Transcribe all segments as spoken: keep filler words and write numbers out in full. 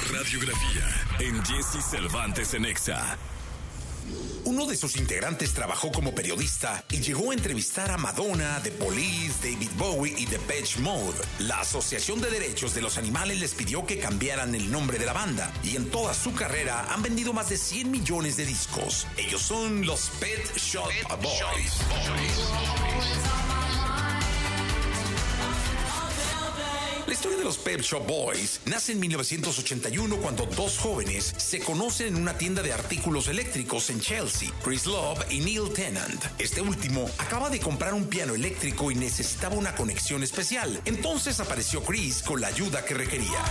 Radiografía en Jesse Cervantes en Exa. Uno de sus integrantes trabajó como periodista y llegó a entrevistar a Madonna, The Police, David Bowie y Depeche Mode. La Asociación de Derechos de los Animales les pidió que cambiaran el nombre de la banda y en toda su carrera han vendido más de cien millones de discos. Ellos son los Pet Shop Pet Boys. Shop Boys. La historia de los Pet Shop Boys nace en mil novecientos ochenta y uno cuando dos jóvenes se conocen en una tienda de artículos eléctricos en Chelsea, Chris Love y Neil Tennant. Este último acaba de comprar un piano eléctrico y necesitaba una conexión especial. Entonces apareció Chris con la ayuda que requería.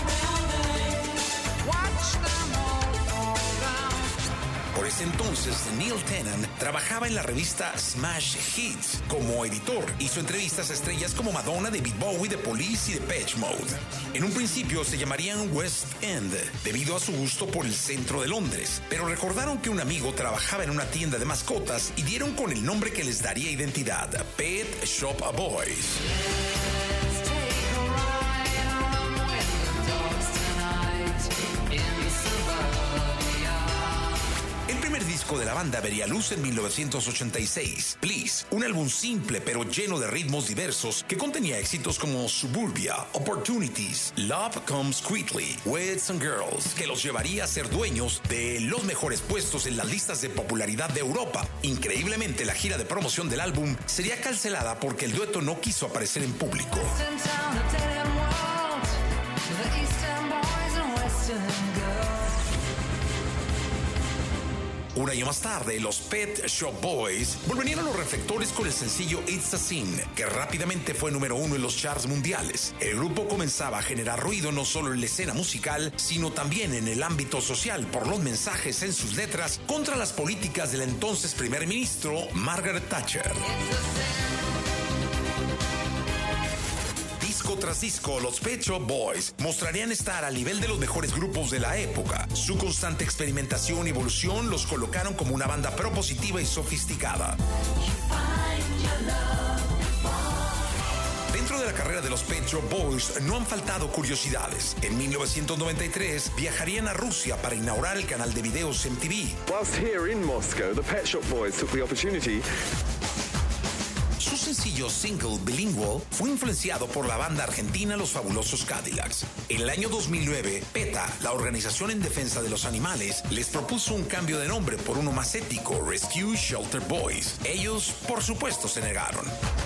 Por ese entonces, Neil Tennant trabajaba en la revista Smash Hits como editor. Hizo entrevistas a estrellas como Madonna, David Bowie, The Police y Depeche Mode. En un principio se llamarían West End, debido a su gusto por el centro de Londres. Pero recordaron que un amigo trabajaba en una tienda de mascotas y dieron con el nombre que les daría identidad, Pet Shop Boys. El disco de la banda vería luz en mil novecientos ochenta y seis, Please, un álbum simple pero lleno de ritmos diversos que contenía éxitos como Suburbia, Opportunities, Love Comes Quickly, With Some Girls, que los llevaría a ser dueños de los mejores puestos en las listas de popularidad de Europa. Increíblemente, la gira de promoción del álbum sería cancelada porque el dueto no quiso aparecer en público. Un año más tarde, los Pet Shop Boys volverían a los reflectores con el sencillo It's a Sin, que rápidamente fue número uno en los charts mundiales. El grupo comenzaba a generar ruido no solo en la escena musical, sino también en el ámbito social por los mensajes en sus letras contra las políticas del entonces primer ministro Margaret Thatcher. Disco tras disco, los Pet Shop Boys mostrarían estar al nivel de los mejores grupos de la época. Su constante experimentación y evolución los colocaron como una banda propositiva y sofisticada. Dentro de la carrera de los Pet Shop Boys no han faltado curiosidades. En mil novecientos noventa y tres viajarían a Rusia para inaugurar el canal de videos M T V. Whilst here in Moscow, the Pet Shop Boys took the opportunity. Su sencillo single Bilingual fue influenciado por la banda argentina Los Fabulosos Cadillacs. En el año dos mil nueve, PETA, la organización en defensa de los animales, les propuso un cambio de nombre por uno más ético, Rescue Shelter Boys. Ellos, por supuesto, se negaron.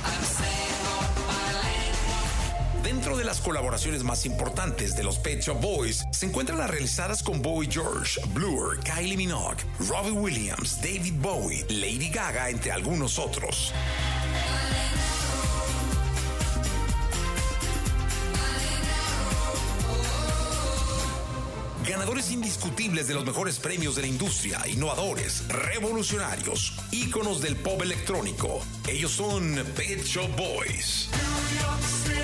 Dentro de las colaboraciones más importantes de los Pet Shop Boys se encuentran las realizadas con Boy George, Blur, Kylie Minogue, Robbie Williams, David Bowie, Lady Gaga, entre algunos otros. Ganadores indiscutibles de los mejores premios de la industria, innovadores, revolucionarios, íconos del pop electrónico. Ellos son Pet Shop Boys. New York City.